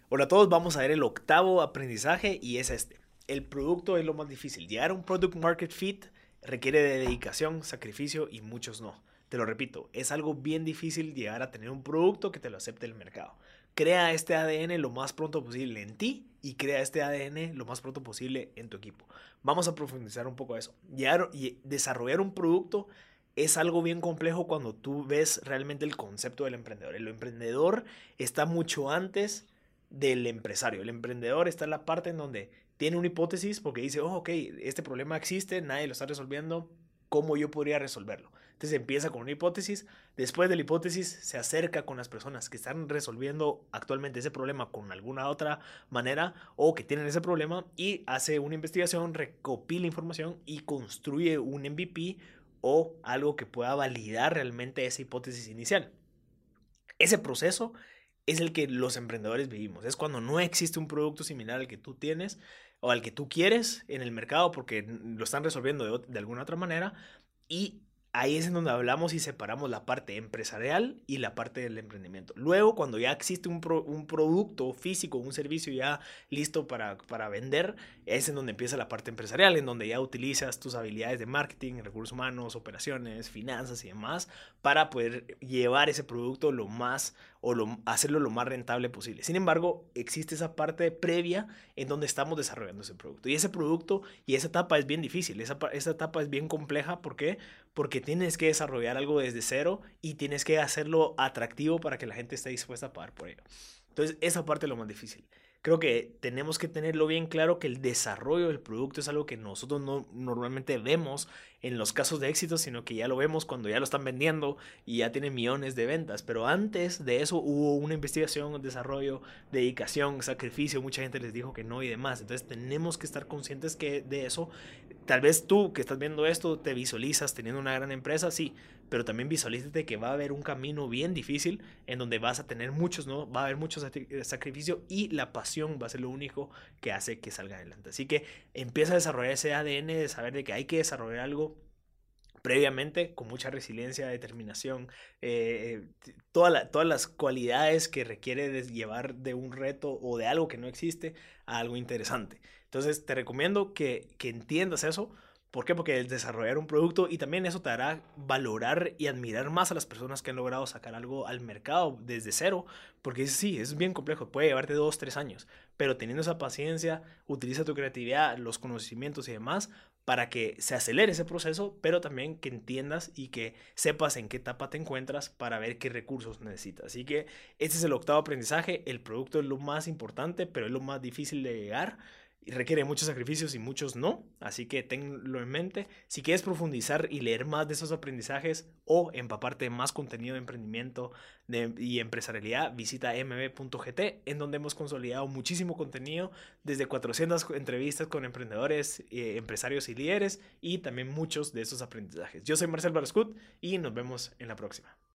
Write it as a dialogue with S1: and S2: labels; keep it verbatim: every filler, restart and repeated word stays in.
S1: Hola a todos, vamos a ver el octavo aprendizaje y es este. El producto es lo más difícil. Llegar a un product market fit requiere de dedicación, sacrificio y muchos no. Te lo repito, es algo bien difícil llegar a tener un producto que te lo acepte el mercado. Crea este A D N lo más pronto posible en ti y crea este A D N lo más pronto posible en tu equipo. Vamos a profundizar un poco eso. Llegar y desarrollar un producto es algo bien complejo cuando tú ves realmente el concepto del emprendedor. El emprendedor está mucho antes del empresario. El emprendedor está en la parte en donde tiene una hipótesis porque dice, oh, ok, este problema existe, nadie lo está resolviendo, ¿cómo yo podría resolverlo? Entonces empieza con una hipótesis, después de la hipótesis se acerca con las personas que están resolviendo actualmente ese problema con alguna otra manera o que tienen ese problema y hace una investigación, recopila información y construye un M V P o algo que pueda validar realmente esa hipótesis inicial. Ese proceso es el que los emprendedores vivimos. Es cuando no existe un producto similar al que tú tienes o al que tú quieres en el mercado porque lo están resolviendo de, de alguna otra manera y ahí es en donde hablamos y separamos la parte empresarial y la parte del emprendimiento. Luego, cuando ya existe un, pro, un producto físico, un servicio ya listo para, para vender, es en donde empieza la parte empresarial, en donde ya utilizas tus habilidades de marketing, recursos humanos, operaciones, finanzas y demás para poder llevar ese producto lo más o lo, hacerlo lo más rentable posible. Sin embargo, existe esa parte previa en donde estamos desarrollando ese producto. Y ese producto y esa etapa es bien difícil, esa, esa etapa es bien compleja. ¿Por qué? Porque tienes que desarrollar algo desde cero y tienes que hacerlo atractivo para que la gente esté dispuesta a pagar por ello. Entonces, esa parte es lo más difícil. Creo que tenemos que tenerlo bien claro que el desarrollo del producto es algo que nosotros no normalmente vemos en los casos de éxito, sino que ya lo vemos cuando ya lo están vendiendo y ya tienen millones de ventas. Pero antes de eso hubo una investigación, desarrollo, dedicación, sacrificio. Mucha gente les dijo que no y demás. Entonces tenemos que estar conscientes que de eso. Tal vez tú que estás viendo esto te visualizas teniendo una gran empresa, sí, pero también visualízate que va a haber un camino bien difícil en donde vas a tener muchos, ¿no? Va a haber mucho sacrificio y la pasión va a ser lo único que hace que salga adelante. Así que empieza a desarrollar ese A D N de saber de que hay que desarrollar algo previamente con mucha resiliencia, determinación, eh, toda la, todas las cualidades que requiere de llevar de un reto o de algo que no existe a algo interesante. Entonces te recomiendo que, que entiendas eso. ¿Por qué? Porque el desarrollar un producto y también eso te hará valorar y admirar más a las personas que han logrado sacar algo al mercado desde cero, porque sí, es bien complejo, puede llevarte dos, tres años, pero teniendo esa paciencia, utiliza tu creatividad, los conocimientos y demás para que se acelere ese proceso, pero también que entiendas y que sepas en qué etapa te encuentras para ver qué recursos necesitas. Así que este es el octavo aprendizaje, el producto es lo más importante, pero es lo más difícil de llegar y requiere muchos sacrificios y muchos no, así que tenlo en mente. Si quieres profundizar y leer más de esos aprendizajes o empaparte de más contenido de emprendimiento de, y empresarialidad, visita m b punto g t, en donde hemos consolidado muchísimo contenido, desde cuatrocientas entrevistas con emprendedores, eh, empresarios y líderes, y también muchos de esos aprendizajes. Yo soy Marcel Barascut y nos vemos en la próxima.